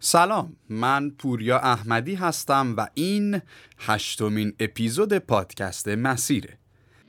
سلام، من پوریا احمدی هستم و این 8مین اپیزود پادکست مسیره.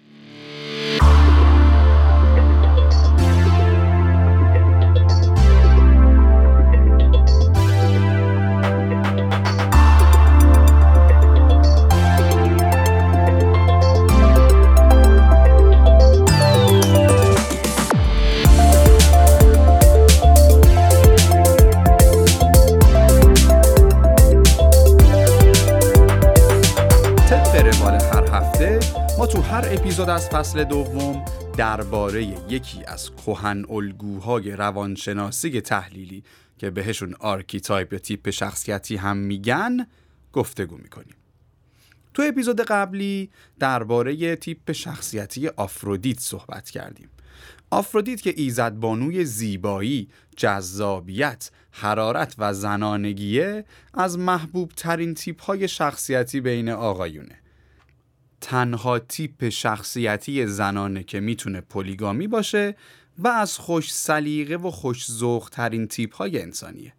تو هر اپیزود از فصل دوم درباره یکی از کهن الگوهای روانشناسی تحلیلی که بهشون آرکیتایپ یا تیپ شخصیتی هم میگن گفتگو میکنیم. تو اپیزود قبلی درباره تیپ شخصیتی آفرودیت صحبت کردیم. آفرودیت که ایزدبانوی زیبایی، جذابیت، حرارت و زنانگیه، از محبوب ترین تیپ های شخصیتی بین آقایونه. تنها تیپ شخصیتی زنانه که میتونه پلیگامی باشه و از خوش سلیقه و خوش ذوق ترین تیپ های انسانیه.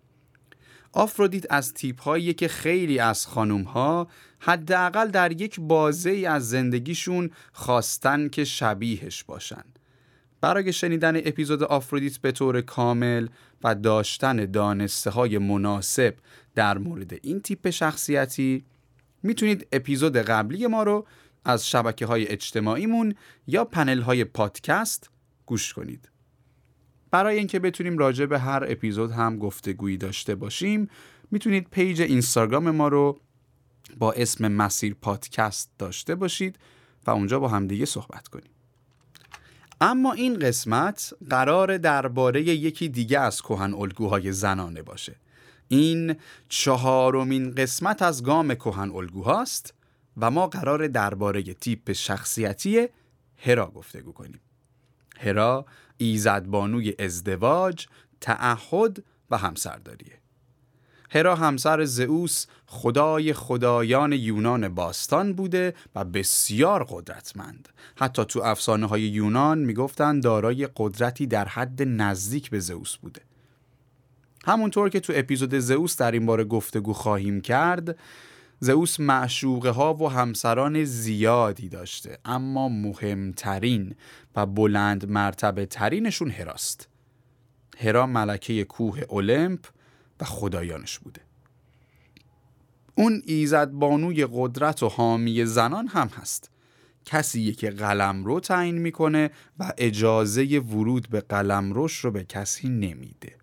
آفرودیت از تیپ هاییه که خیلی از خانوم ها حداقل در یک بازه‌ای از زندگیشون خواستن که شبیهش باشن. برای شنیدن اپیزود آفرودیت به طور کامل و داشتن دانسته های مناسب در مورد این تیپ شخصیتی میتونید اپیزود قبلی ما رو از شبکه‌های اجتماعیمون یا پنل‌های پادکست گوش کنید. برای اینکه بتونیم راجع به هر اپیزود هم گفتگویی داشته باشیم، میتونید پیج اینستاگرام ما رو با اسم مسیر پادکست داشته باشید و اونجا با همدیگه صحبت کنیم. اما این قسمت قراره درباره یکی دیگه از کهن الگوهای زنانه باشه. این 4مین قسمت از گام کهن الگوهاست و ما قراره درباره تیپ شخصیتی هرا گفتگو کنیم. هرا ایزدبانوی ازدواج، تعهد و همسرداریه. هرا همسر زئوس، خدای خدایان یونان باستان بوده و بسیار قدرتمند. حتی تو افسانه‌های یونان میگفتن دارای قدرتی در حد نزدیک به زئوس بوده. همونطور که تو اپیزود زئوس در این باره گفتگو خواهیم کرد، زئوس معشوقه ها و همسران زیادی داشته، اما مهمترین و بلند مرتبه ترینشون هراست. هرا ملکه کوه المپ و خدایانش بوده. اون ایزدبانوی قدرت و حامی زنان هم هست. کسیه که قلمرو تعیین میکنه و اجازه ورود به قلمروش رو به کسی نمیده.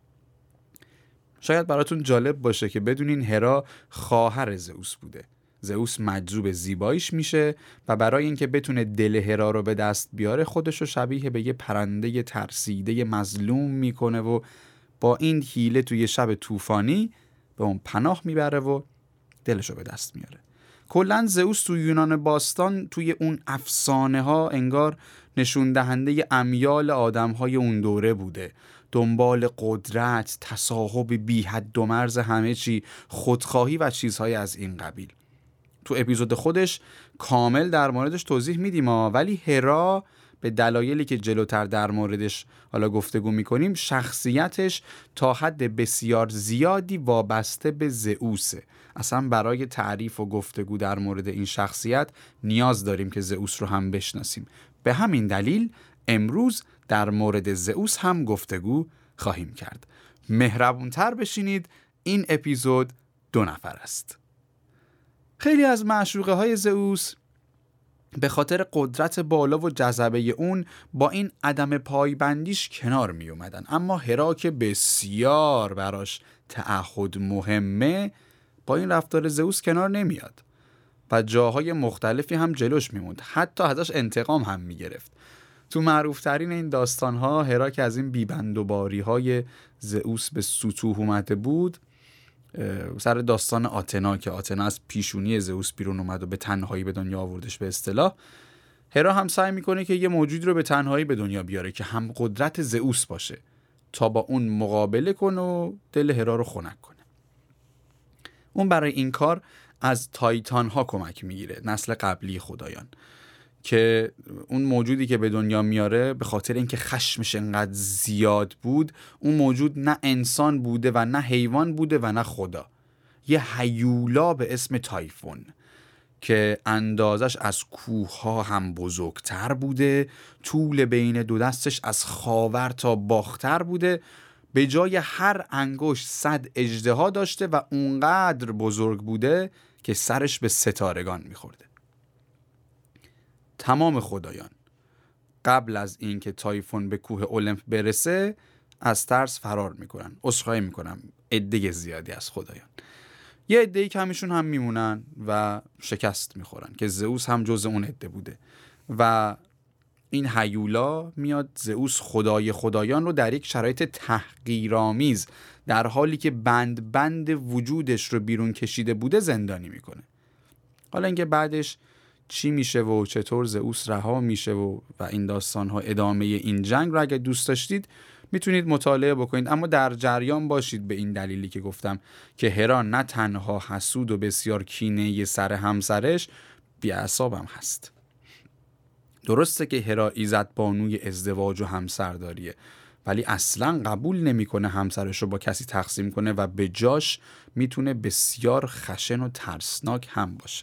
شاید براتون جالب باشه که بدونین هرا خواهر زئوس بوده. زئوس مجذوب زیباییش میشه و برای اینکه بتونه دل هرا رو به دست بیاره خودش رو شبیه به یه پرنده ترسیده مظلوم میکنه و با این حیله توی شب طوفانی به اون پناه میبره و دلش رو به دست میاره. کلاً زئوس تو یونان باستان توی اون افسانه ها انگار نشون دهنده امیال آدم‌های اون دوره بوده. دنبال قدرت، تصاحب بی حد و مرز همه چی، خودخواهی و چیزهای از این قبیل. تو اپیزود خودش کامل در موردش توضیح میدیم ولی هرا به دلایلی که جلوتر در موردش حالا گفتگو میکنیم شخصیتش تا حد بسیار زیادی وابسته به زئوسه. اصلا برای تعریف و گفتگو در مورد این شخصیت نیاز داریم که زئوس رو هم بشناسیم. به همین دلیل امروز در مورد زئوس هم گفتگو خواهیم کرد. مهربونتر بشینید، این اپیزود 2 نفر است. خیلی از معشوقه های زئوس به خاطر قدرت بالا و جذبه اون با این عدم پایبندیش کنار می اومدن، اما هرا که بسیار براش تعهد مهمه با این رفتار زئوس کنار نمیاد و جاهای مختلفی هم جلوش میموند، حتی ازش انتقام هم میگرفت. تو معروفترین این داستانها هرا که از این بیبندوباری های زئوس به سطوح اومده بود، سر داستان آتنا که آتنا از پیشونی زئوس بیرون اومد و به تنهایی به دنیا آوردش به اصطلاح، هرا هم سعی میکنه که یه موجودی رو به تنهایی به دنیا بیاره که هم قدرت زئوس باشه تا با اون مقابله کنه و دل هرا رو خنک کنه. اون برای این کار از تایتان ها کمک میگیره، نسل قبلی خدایان، که اون موجودی که به دنیا میاره به خاطر اینکه خشمش انقدر زیاد بود، اون موجود نه انسان بوده و نه حیوان بوده و نه خدا، یه هیولا به اسم تایفون که اندازش از کوه ها هم بزرگتر بوده، طول بین دو دستش از خاور تا باختر بوده، به جای هر انگشت 100 اژدها داشته و اونقدر بزرگ بوده که سرش به ستارگان میخورده. تمام خدایان قبل از اینکه تایفون به کوه المپ برسه از ترس فرار میکنن. عذرخواهی میکنم، عده زیادی از خدایان. یه عده‌ای کمیشون هم میمونن و شکست میخورن که زئوس هم جز اون عده بوده و این هیولا میاد زئوس خدای خدایان رو در یک شرایط تحقیرآمیز در حالی که بند وجودش رو بیرون کشیده بوده زندانی میکنه. حالا اینکه بعدش چی میشه و چطور زئوس رها میشه و این داستان‌ها ادامه این جنگ رو اگه دوست داشتید میتونید مطالعه بکنید، اما در جریان باشید به این دلیلی که گفتم که هرا نه تنها حسود و بسیار کینه سر همسرش، بی‌عصابم هست. درسته که هرا ایزد بانوی ازدواج و همسرداریه، ولی اصلا قبول نمیکنه همسرش رو با کسی تقسیم کنه و به جاش میتونه بسیار خشن و ترسناک هم باشه.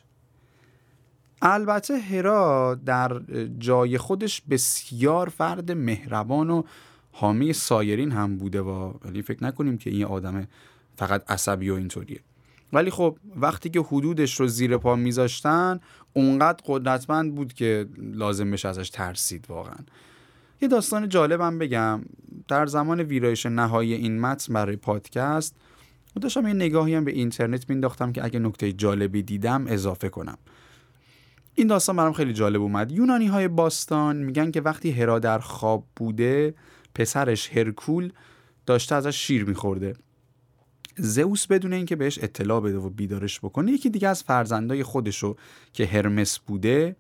البته هرا در جای خودش بسیار فرد مهربان و حامی سایرین هم بوده ولی فکر نکنیم که این آدم فقط عصبی و اینطوریه. ولی خب وقتی که حدودش رو زیر پا میذاشتن اونقدر قدرتمند بود که لازم بشه ازش ترسید. واقعا یه داستان جالبم بگم. در زمان ویرایش نهایی این متن برای پادکست داشتم یه نگاهی هم به اینترنت مینداختم که اگه نکته جالبی دیدم اضافه کنم. این داستان برام خیلی جالب اومد. یونانی های باستان میگن که وقتی هرا در خواب بوده پسرش هرکول داشته ازش شیر میخورده. زئوس بدون اینکه بهش اطلاع بده و بیدارش بکنه یکی دیگه از فرزندای خودشو که هرمس بوده،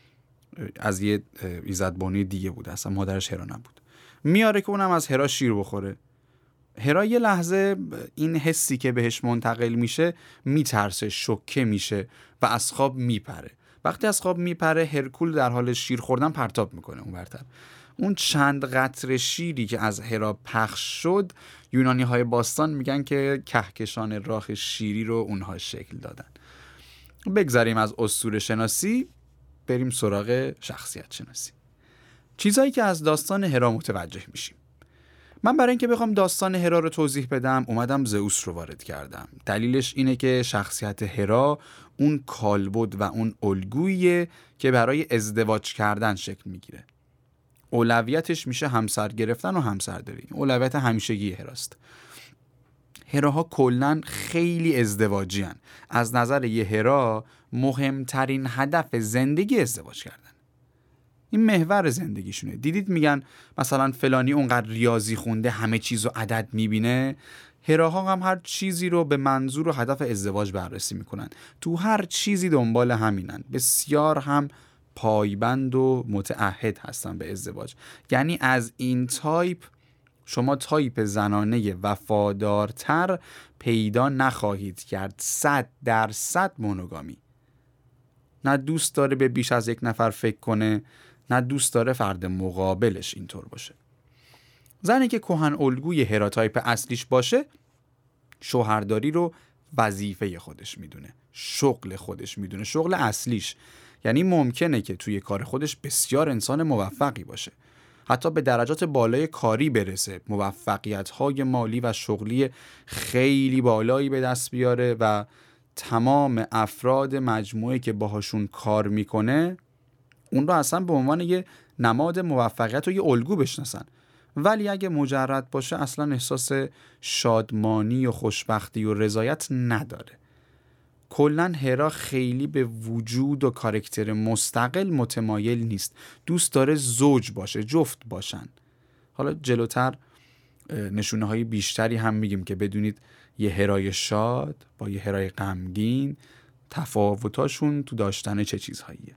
از یه ایزدبانی دیگه بوده، اصلا مادرش هرا نبود، میاره که اونم از هرا شیر بخوره. هرا یه لحظه این حسی که بهش منتقل میشه میترسه، شوکه میشه و از خواب میپره. وقتی از خواب میپره هرکول در حال شیر خوردن پرتاب میکنه اون برتر. اون چند قطره شیری که از هرا پخش شد یونانی های باستان میگن که کهکشان راه شیری رو اونها شکل دادن. بگذاریم از اسطوره شناسی بریم سراغ شخصیت شناسی. چیزایی که از داستان هرا متوجه میشیم. من برای اینکه بخوام داستان هرا رو توضیح بدم اومدم زئوس رو وارد کردم. دلیلش اینه که شخصیت هرا اون کالبد و اون الگوییه که برای ازدواج کردن شکل میگیره. اولویتش میشه همسر گرفتن و همسرداری. اولویت همیشگی هراست. هراها کلن خیلی ازدواجی هن. از نظر یه هرا مهمترین هدف زندگی ازدواج کردن. این محور زندگیشونه. دیدید میگن مثلا فلانی اونقدر ریاضی خونده همه چیزو عدد میبینه. هراها هم هر چیزی رو به منظور و هدف ازدواج بررسی میکنن. تو هر چیزی دنبال همینن. بسیار هم پایبند و متعهد هستن به ازدواج. یعنی از این تایپ شما تایپ زنانه وفادارتر پیدا نخواهید کرد. 100% مونوگامی. نه دوست داره به بیش از یک نفر فکر کنه، نه دوست داره فرد مقابلش اینطور باشه. زنی که کهن الگوی هرا تایپ اصلیش باشه شوهرداری رو وظیفه خودش میدونه، شغل خودش میدونه، شغل اصلیش. یعنی ممکنه که توی کار خودش بسیار انسان موفقی باشه، حتی به درجات بالای کاری برسه، موفقیت‌های مالی و شغلی خیلی بالایی به دست بیاره و تمام افراد مجموعه که باهاشون کار میکنه اون رو اصلا به عنوان یه نماد موفقیت و یه الگو بشناسن. ولی اگه مجرد باشه اصلا احساس شادمانی و خوشبختی و رضایت نداره. کلن هرا خیلی به وجود و کاراکتر مستقل متمایل نیست. دوست داره زوج باشه، جفت باشن. حالا جلوتر نشونه های بیشتری هم میگیم که بدونید یه هرای شاد با یه هرای غمگین تفاوتاشون تو داشتن چه چیزهاییه.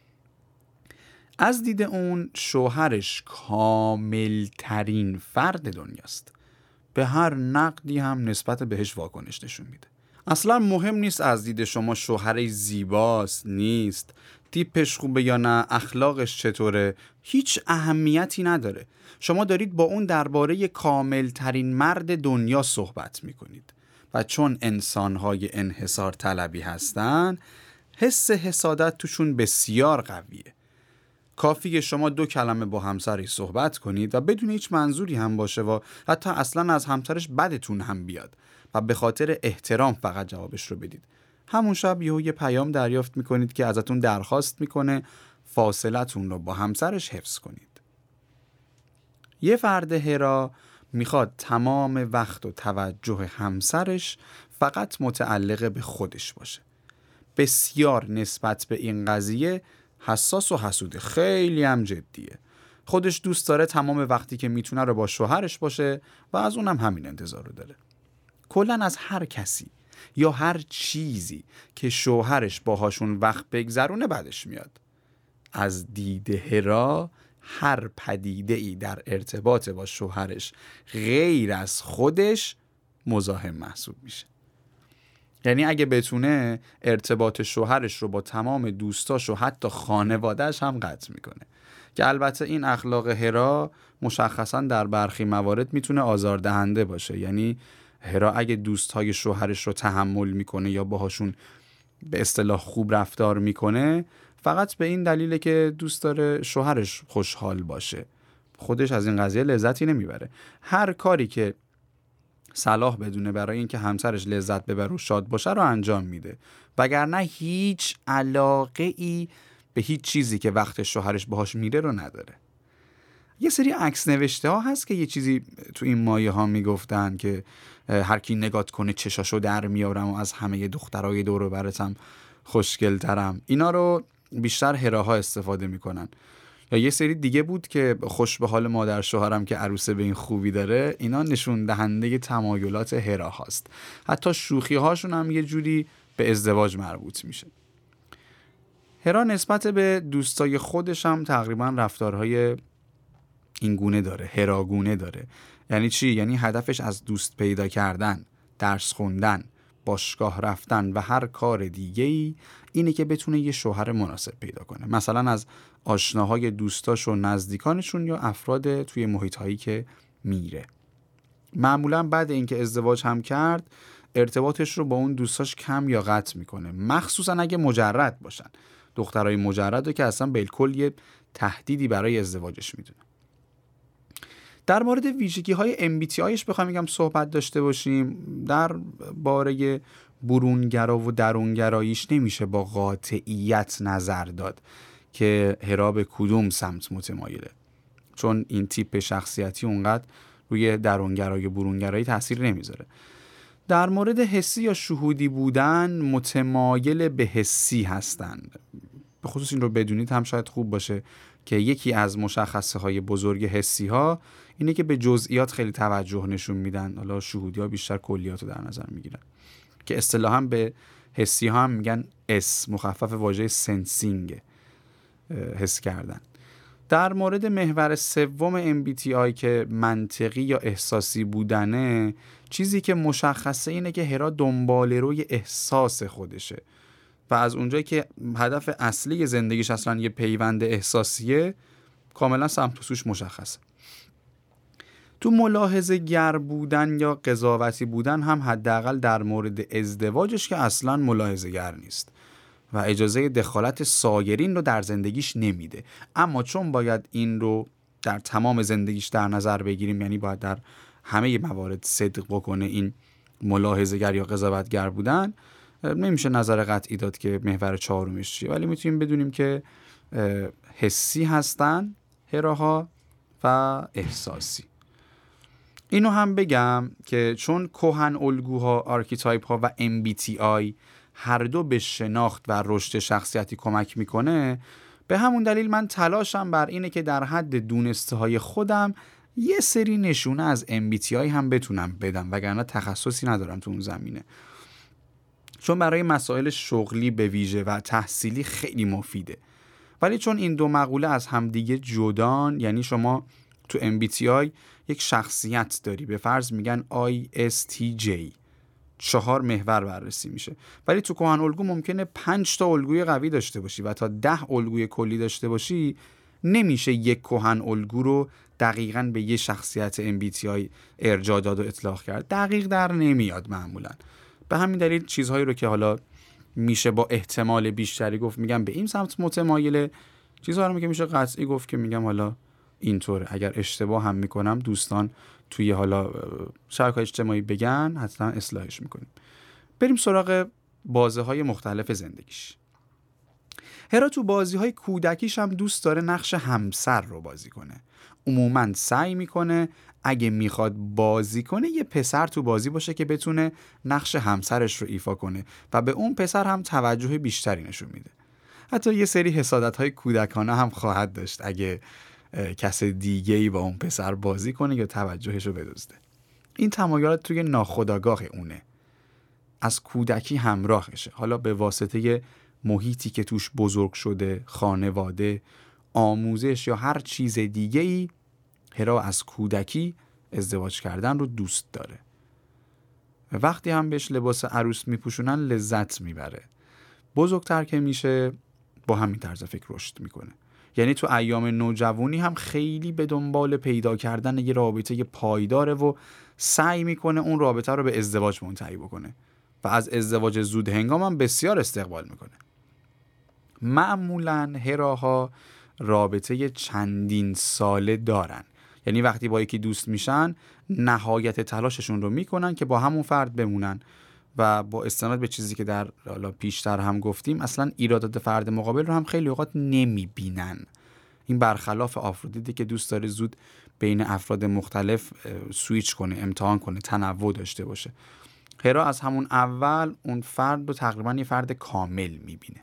از دید اون شوهرش کامل ترین فرد دنیاست. به هر نقدی هم نسبت بهش واکنش نشون میده. اصلا مهم نیست از دید شما شوهرش زیباست نیست، تیپش خوبه یا نه، اخلاقش چطوره، هیچ اهمیتی نداره. شما دارید با اون درباره کامل ترین مرد دنیا صحبت میکنید و چون انسانهای انحصار طلبی هستن، حس حسادت توشون بسیار قویه. کافیه شما 2 کلمه با همسری صحبت کنید و بدون هیچ منظوری هم باشه و حتی اصلا از همسرش بدتون هم بیاد و به خاطر احترام فقط جوابش رو بدید. همون شب یه پیام دریافت میکنید که ازتون درخواست میکنه فاصلتون رو با همسرش حفظ کنید. یه فرد هرا میخواد تمام وقت و توجه همسرش فقط متعلق به خودش باشه. بسیار نسبت به این قضیه حساس و حسوده، خیلی هم جدیه. خودش دوست داره تمام وقتی که میتونه رو با شوهرش باشه و از اونم همین انتظار رو داره. کلاً از هر کسی یا هر چیزی که شوهرش باهاشون وقت بگذرونه بعدش میاد. از دید هرا هر پدیده‌ای در ارتباط با شوهرش غیر از خودش مزاحم محسوب میشه. یعنی اگه بتونه ارتباط شوهرش رو با تمام دوستاش و حتی خانوادهش هم قطع میکنه، که البته این اخلاق هرا مشخصا در برخی موارد میتونه آزاردهنده باشه. یعنی هرا اگه دوستای شوهرش رو تحمل میکنه یا باهاشون به اصطلاح خوب رفتار میکنه، فقط به این دلیله که دوست داره شوهرش خوشحال باشه، خودش از این قضیه لذتی نمیبره. هر کاری که صلاح بدونه برای اینکه همسرش لذت ببره و شاد باشه رو انجام میده، وگرنه هیچ علاقه ای به هیچ چیزی که وقت شوهرش باهاش میره رو نداره. یه سری عکس نوشته ها هست که یه چیزی تو این مایه ها میگفتن که هر کی نگات کنه چشاشو در میارم و از همه دخترای دور و برتم خوشگل ترم. اینا رو بیشتر هراها استفاده میکنن. یا یه سری دیگه بود که خوش به حال مادر شوهرم که عروسه به این خوبی داره. اینا نشون دهنده تمایلات هرا هاست. حتی شوخی هاشون هم یه جوری به ازدواج مربوط میشه. هرا نسبت به دوستای خودش هم تقریبا رفتارهای این گونه داره، هراگونه داره. یعنی چی؟ یعنی هدفش از دوست پیدا کردن، درس خوندن، باشگاه رفتن و هر کار دیگه‌ای اینه که بتونه یه شوهر مناسب پیدا کنه. مثلا از آشناهای دوستاش و نزدیکانشون یا افراد توی محیط‌هایی که میره. معمولا بعد اینکه ازدواج هم کرد، ارتباطش رو با اون دوستاش کم یا قطع میکنه، مخصوصا اگه مجرد باشن. دخترای مجرد رو که اصلا بالکل یه تهدیدی برای ازدواجش میدونه. در مورد ویژگی‌های MBTIش بخوام بگم صحبت داشته باشیم، در باره برونگرا و درونگراییش نمیشه با قاطعیت نظر داد که هرا به کدوم سمت متمایله، چون این تیپ شخصیتی اونقدر روی درونگرایی و برونگرایی تاثیر نمیذاره. در مورد حسی یا شهودی بودن متمایل به حسی هستن. به خصوص این رو بدونید هم شاید خوب باشه که یکی از مشخصه های بزرگ حسی ها اینه که به جزئیات خیلی توجه نشون میدن. حالا شهودی ها بیشتر کلیات رو در نظر میگیرن، که اصطلاحاً به حسی ها هم میگن اس، مخفف واژه سنسینگ، حس کردن. در مورد محور سوم MBTI که منطقی یا احساسی بودنه، چیزی که مشخصه اینه که هرا دنبال روی احساس خودشه و از اونجایی که هدف اصلی زندگیش اصلا یه پیوند احساسیه، کاملا سمت و سوش مشخصه. تو ملاحظه گر بودن یا قضاوتی بودن هم حداقل در مورد ازدواجش که اصلا ملاحظه گر نیست و اجازه دخالت سایرین رو در زندگیش نمیده. اما چون باید این رو در تمام زندگیش در نظر بگیریم، یعنی باید در همه موارد صدق بکنه این ملاحظه گر یا قضاوت گر بودن، نمیشه نظر قطعی داد که محور چهارمش چیه، ولی میتونیم بدونیم که حسی هستن هراها و احساسی. اینو هم بگم که چون کهن الگوها، آرکیتایپ ها و MBTI هر دو به شناخت و رشد شخصیتی کمک میکنه، به همون دلیل من تلاشم بر اینه که در حد دونسته های خودم یه سری نشونه از MBTI هم بتونم بدم، وگرنه تخصصی ندارم تو اون زمینه. چون برای مسائل شغلی به ویژه و تحصیلی خیلی مفیده. ولی چون این دو مقوله از همدیگه جدان، یعنی شما تو MBTI یک شخصیت داری، به فرض میگن ISTJ، 4 محور بررسی میشه. ولی تو کهن الگو ممکنه 5 تا الگوی قوی داشته باشی و تا 10 الگوی کلی داشته باشی. نمیشه یک کهن الگو رو دقیقاً به یه شخصیت MBTI ارجاع داد و اطلاق کرد. دقیق در نمیاد معمولاً. به همین دلیل چیزهایی رو که حالا میشه با احتمال بیشتری گفت میگم به این سمت متمایله، چیزهایی رو که میشه قطعی گفت که میگم حالا اینطوره. اگر اشتباه هم میکنم دوستان توی حالا شبکه‌های اجتماعی بگن، حتما اصلاحش میکنیم. بریم سراغ بازی‌های مختلف زندگیش. هرا تو بازی‌های کودکیش هم دوست داره نقش همسر رو بازی کنه. عموماً سعی میکنه اگه میخواد بازی کنه یه پسر تو بازی باشه که بتونه نقش همسرش رو ایفا کنه و به اون پسر هم توجه بیشتری نشون میده. حتی یه سری حسادت‌های کودکانه هم خواهد داشت اگه کس دیگه‌ای با اون پسر بازی کنه یا توجهش رو بدزده. این تمایلات توی ناخودآگاه اونه، از کودکی همراهشه. حالا به واسطه محیطی که توش بزرگ شده، خانواده، آموزش یا هر چیز دیگه‌ای، هرا از کودکی ازدواج کردن رو دوست داره. وقتی هم بهش لباس عروس میپوشونن لذت میبره. بزرگتر که میشه با همین طرز فکر رشد میکنه. یعنی تو ایام نوجوانی هم خیلی به دنبال پیدا کردن یه رابطه پایداره و سعی میکنه اون رابطه رو به ازدواج منتهی بکنه و از ازدواج زود هنگام هم بسیار استقبال میکنه. معمولاً هراها رابطه چندین ساله دارن. یعنی وقتی با یکی دوست میشن نهایت تلاششون رو میکنن که با همون فرد بمونن و با استناد به چیزی که در حالا پیشتر هم گفتیم اصلا ایرادات فرد مقابل رو هم خیلی اوقات نمیبینن. این برخلاف آفرودیتی که دوست داره زود بین افراد مختلف سویچ کنه، امتحان کنه، تنوع داشته باشه. هرا از همون اول اون فرد رو تقریبا یه فرد کامل میبینه.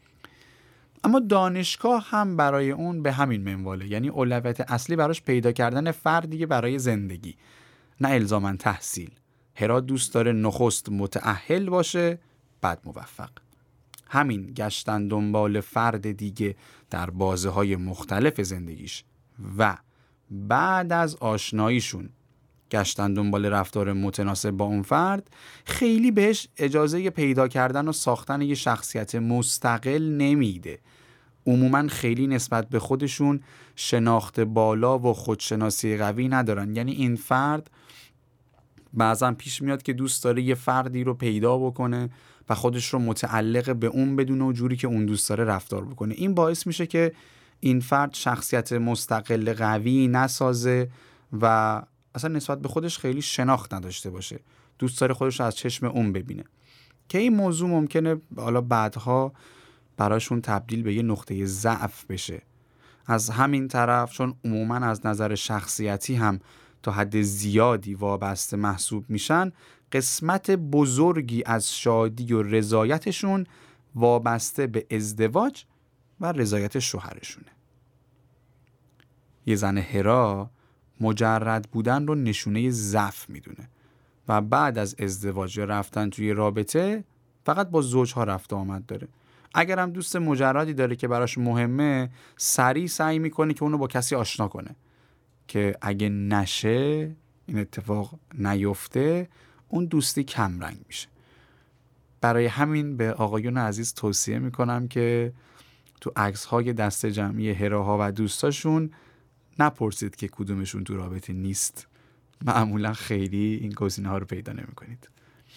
اما دانشگاه هم برای اون به همین منواله. یعنی اولویت اصلی براش پیدا کردن فردی برای زندگی، نه الزاماً تحصیل. هرا دوست داره نخست متأهل باشه بعد موفق. همین گشتن دنبال فرد دیگه در بازه‌های مختلف زندگیش و بعد از آشناییشون گشتن دنبال رفتار متناسب با اون فرد خیلی بهش اجازه پیدا کردن و ساختن یه شخصیت مستقل نمیده. عموماً خیلی نسبت به خودشون شناخت بالا و خودشناسی قوی ندارن. یعنی این فرد بعضا پیش میاد که دوست داره یه فردی رو پیدا بکنه و خودش رو متعلق به اون بدونه و جوری که اون دوست داره رفتار بکنه. این باعث میشه که این فرد شخصیت مستقل قوی نسازه و اصلا نسبت به خودش خیلی شناخت نداشته باشه. دوست داره خودش رو از چشم اون ببینه که این موضوع ممکنه حالا بعدها براشون تبدیل به یه نقطه ضعف بشه. از همین طرف چون عموماً از نظر شخصیتی هم تا حد زیادی وابسته محسوب میشن، قسمت بزرگی از شادی و رضایتشون وابسته به ازدواج و رضایت شوهرشونه. یه زن هرا مجرد بودن رو نشونه ضعف میدونه و بعد از ازدواج یا رفتن توی رابطه فقط با زوجها رفت آمد داره. اگر هم دوست مجردی داره که براش مهمه، سریع سعی میکنه که اونو با کسی آشنا کنه که اگه نشه، این اتفاق نیفته، اون دوستی کم رنگ میشه. برای همین به آقایون عزیز توصیه میکنم که تو عکس‌های دسته جمعی هراها و دوستاشون نپرسید که کدومشون تو رابطه نیست. معمولا خیلی این گزینه‌ها رو پیدا نمی‌کنید.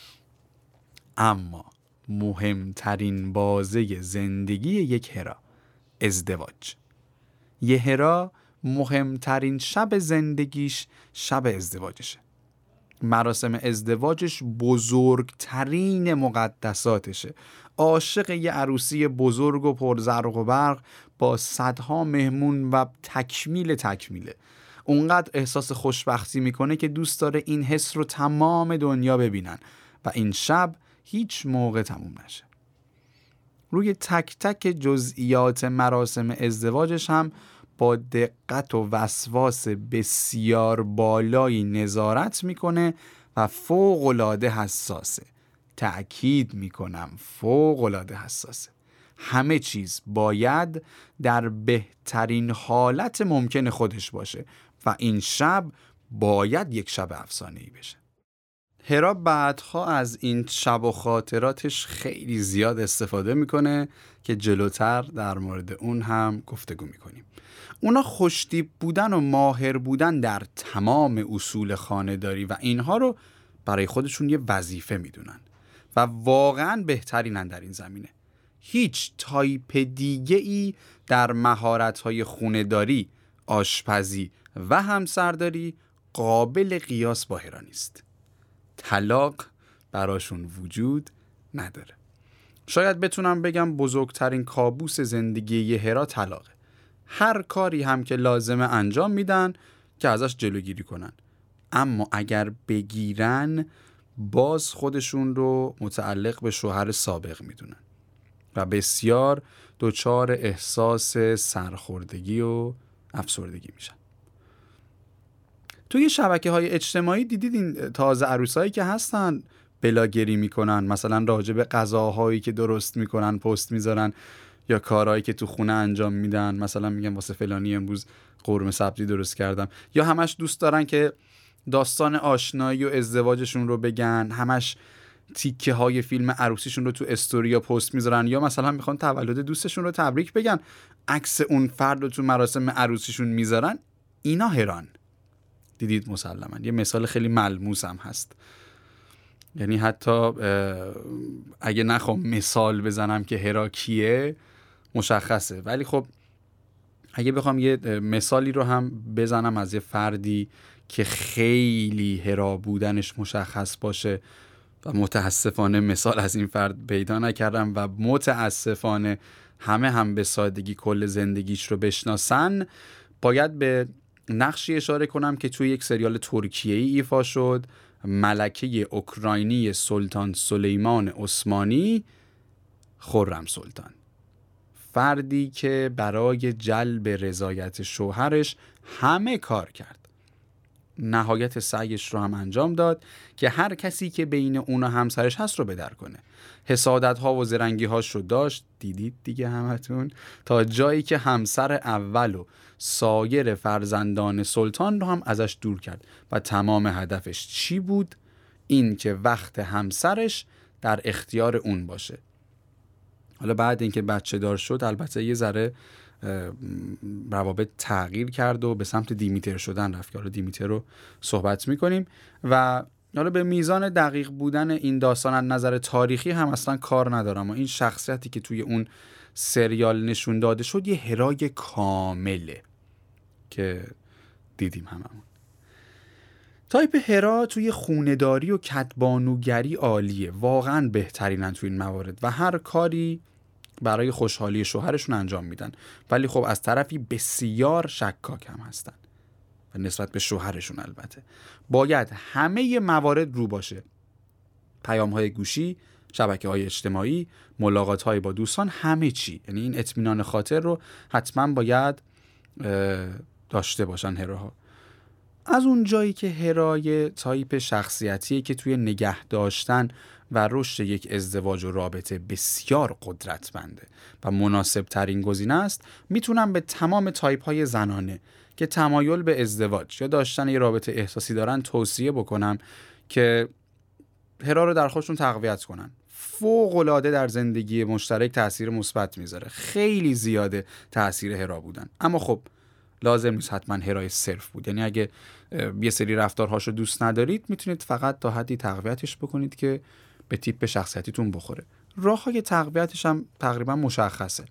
اما مهمترین بازه زندگی یک هرا، ازدواج. یه هرا مهمترین شب زندگیش شب ازدواجشه. مراسم ازدواجش بزرگترین مقدساتشه. عاشق یه عروسی بزرگ و پرزرق و برق با صدها مهمون و تکمیله. اونقدر احساس خوشبختی میکنه که دوست داره این حس رو تمام دنیا ببینن و این شب هیچ موقع تموم نشه. روی تک تک جزئیات مراسم ازدواجش هم با دقت و وسواس بسیار بالایی نظارت میکنه و فوق‌العاده حساسه. تأکید میکنم فوق‌العاده حساسه. همه چیز باید در بهترین حالت ممکن خودش باشه و این شب باید یک شب افسانه‌ای بشه. هرا بعدها از این شب و خاطراتش خیلی زیاد استفاده میکنه که جلوتر در مورد اون هم گفتگو میکنیم. اونا خوشتیپ بودن و ماهر بودن در تمام اصول خانه‌داری و اینها رو برای خودشون یه وظیفه میدونن و واقعاً بهترینن در این زمینه. هیچ تایپ دیگه ای در مهارت‌های خونه‌داری، آشپزی و همسرداری قابل قیاس با هرا نیست. طلاق براشون وجود نداره. شاید بتونم بگم بزرگترین کابوس زندگی هرا طلاقه. هر کاری هم که لازمه انجام میدن که ازش جلوگیری کنن، اما اگر بگیرن باز خودشون رو متعلق به شوهر سابق میدونن و بسیار دچار احساس سرخوردگی و افسردگی میشن. توی شبکه‌های اجتماعی دیدید این تازه عروسایی که هستن بلاگری میکنن، مثلا راجع به غذاهایی که درست میکنن پست میذارن یا کارهایی که تو خونه انجام میدن، مثلا میگن واسه فلانی امروز قرمه سبزی درست کردم، یا همش دوست دارن که داستان آشنایی و ازدواجشون رو بگن، همش تیکه های فیلم عروسیشون رو تو استوری یا پست میذارن، یا مثلا میخوان تولد دوستشون رو تبریک بگن عکس اون فرد رو تو مراسم عروسیشون میذارن. اینا هران. دیدید مسلما یه مثال خیلی ملموس هم هست. یعنی حتی اگه نخوام مثال بزنم که هرا کیه مشخصه، ولی خب اگه بخوام یه مثالی رو هم بزنم از یه فردی که خیلی هرا بودنش مشخص باشه و متاسفانه مثال از این فرد پیدا نکردم و متاسفانه همه هم به سادگی کل زندگیش رو بشناسن، باید به نقشی اشاره کنم که توی یک سریال ترکیه‌ای ایفا شد، ملکه اوکراینی سلطان سلیمان عثمانی، خرم سلطان. فردی که برای جلب رضایت شوهرش همه کار کرد، نهایت سعیش رو هم انجام داد که هر کسی که بین اون و همسرش هست رو بدر کنه. حسادت ها و زرنگی هاش رو داشت، دیدید دیگه همتون، تا جایی که همسر اول و سایر فرزندان سلطان رو هم ازش دور کرد و تمام هدفش چی بود؟ این که وقت همسرش در اختیار اون باشه. حالا بعد اینکه بچه دار شد البته یه ذره روابط تغییر کرد و به سمت دیمیتر شدن رفت که حالا دیمیتر رو صحبت میکنیم. و حالا به میزان دقیق بودن این داستان از نظر تاریخی هم اصلا کار ندارم و این شخصیتی که توی اون سریال نشون داده شد یه هرای کامله که دیدیم هممون. تایپ هرا توی خونه‌داری و کدبانوگری عالیه، واقعا بهترینن توی این موارد و هر کاری برای خوشحالی شوهرشون انجام میدن، ولی خب از طرفی بسیار شکاک هم هستن و نسبت به شوهرشون البته باید همه موارد رو باشه، پیام‌های گوشی، شبکه‌های اجتماعی، ملاقات‌های با دوستان، همه چی. یعنی این اطمینان خاطر رو حتما باید داشته باشن هراها. از اون جایی که هرای تایپ شخصیتیه که توی نگه داشتن و رشد یک ازدواج و رابطه بسیار قدرتمنده و مناسب ترین گزینه است، میتونم به تمام تایپ های زنانه که تمایل به ازدواج یا داشتن یه رابطه احساسی دارن توصیه بکنم که هرا رو در خودشون تقویت کنن. فوق‌العاده در زندگی مشترک تأثیر مثبت میذاره، خیلی زیاده تأثیر هرا بودن. اما خب لازم نیست حتما هرای صرف بود، یعنی اگه یه سری رفتارهاشو دوست ندارید میتونید فقط تا حدی تقویتش بکنید که به تیپ شخصیتیتون بخوره. راههای تقویتش هم تقریبا مشخصه،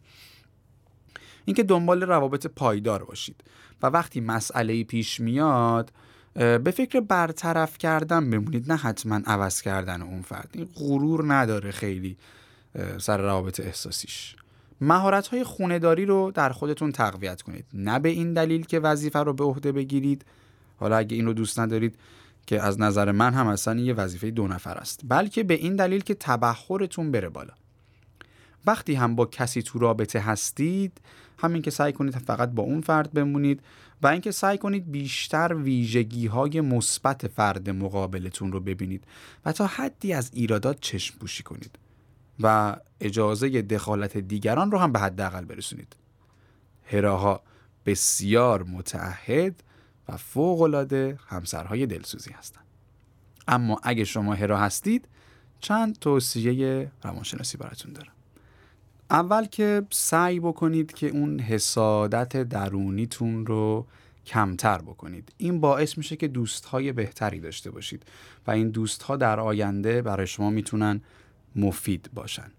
اینکه دنبال روابط پایدار باشید و وقتی مسئله‌ای پیش میاد به فکر برطرف کردن بمونید، نه حتما عوض کردن اون فرد. این غرور نداره خیلی سر روابط احساسیش. مهارت‌های خونه‌داری رو در خودتون تقویت کنید، نه به این دلیل که وظیفه رو به عهده بگیرید، حالا اگه این رو دوست ندارید که از نظر من هم اصلا یه وظیفه 2 نفر است، بلکه به این دلیل که تبحرتون بره بالا. وقتی هم با کسی تو رابطه هستید، همین که سعی کنید فقط با اون فرد بمونید و اینکه سعی کنید بیشتر ویژگی‌های مثبت فرد مقابلتون رو ببینید و تا حدی از ایرادات چشم پوشی کنید و اجازه دخالت دیگران رو هم به حداقل برسونید. هراها بسیار متعهد و فوق‌العاده همسرهای دلسوزی هستند. اما اگه شما هرا هستید چند توصیه روانشناسی براتون دارم. اول که سعی بکنید که اون حسادت درونیتون رو کمتر بکنید. این باعث میشه که دوستهای بهتری داشته باشید و این دوستها در آینده برای شما میتونن مفید باشن.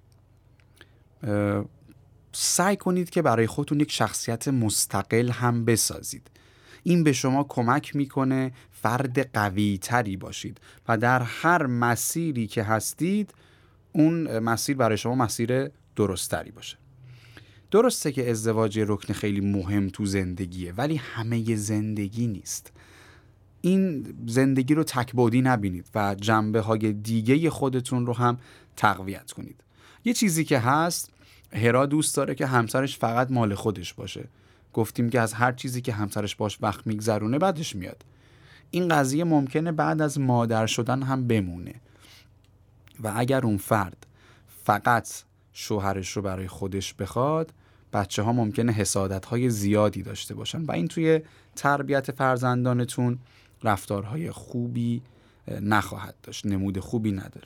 سعی کنید که برای خودتون یک شخصیت مستقل هم بسازید. این به شما کمک میکنه فرد قوی تری باشید و در هر مسیری که هستید اون مسیر برای شما مسیر درستری باشه. درسته که ازدواج رکن خیلی مهم تو زندگیه، ولی همه زندگی نیست. این زندگی رو تک‌بعدی نبینید و جنبه‌های دیگه خودتون رو هم تقویت کنید. یه چیزی که هست، هرا دوست داره که همسرش فقط مال خودش باشه. گفتیم که از هر چیزی که همسرش باش وقت میگذرونه بدش میاد. این قضیه ممکنه بعد از مادر شدن هم بمونه و اگر اون فرد فقط شوهرش رو برای خودش بخواد، بچه ها ممکنه حسادت‌های زیادی داشته باشن و این توی تربیت فرزندانتون رفتارهای خوبی نخواهد داشت، نمود خوبی نداره.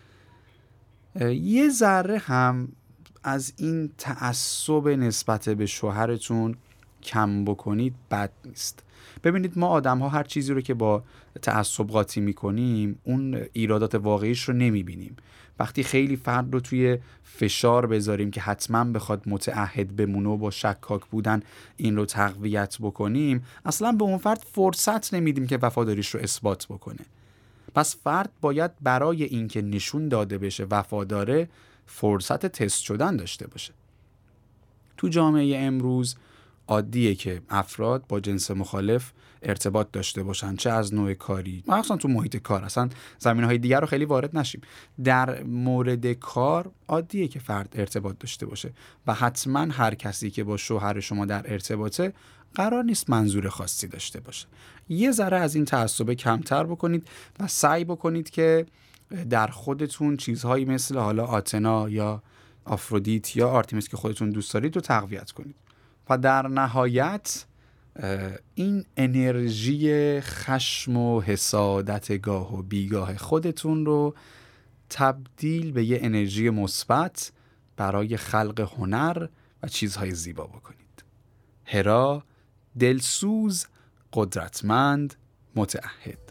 یه ذره هم از این تعصب نسبت به شوهرتون کم بکنید بد نیست. ببینید ما آدم ها هر چیزی رو که با تعصب قاطی میکنیم اون ایرادات واقعیش رو نمیبینیم. وقتی خیلی فرد رو توی فشار بذاریم که حتما بخواد متعهد بمونه و با شکاک بودن این رو تقویت بکنیم، اصلا به اون فرد فرصت نمیدیم که وفاداریش رو اثبات بکنه. پس فرد باید برای اینکه نشون داده بشه وفاداره فرصت تست شدن داشته باشه. تو جامعه امروز عادیه که افراد با جنس مخالف ارتباط داشته باشن، چه از نوع کاری، مثلا تو محیط کار، اصلا زمینه‌های دیگر رو خیلی وارد نشیم. در مورد کار عادیه که فرد ارتباط داشته باشه و حتما هر کسی که با شوهر شما در ارتباطه قرار نیست منظور خاصی داشته باشه. یه ذره از این تعصب کمتر بکنید و سعی بکنید که در خودتون چیزهایی مثل حالا آتنا یا آفرودیت یا آرتمیس که خودتون دوست دارید رو تقویت کنید. و در نهایت این انرژی خشم و حسادت گاه و بیگاه خودتون رو تبدیل به یه انرژی مثبت برای خلق هنر و چیزهای زیبا بکنید. هرا، دلسوز، قدرتمند، متعهد.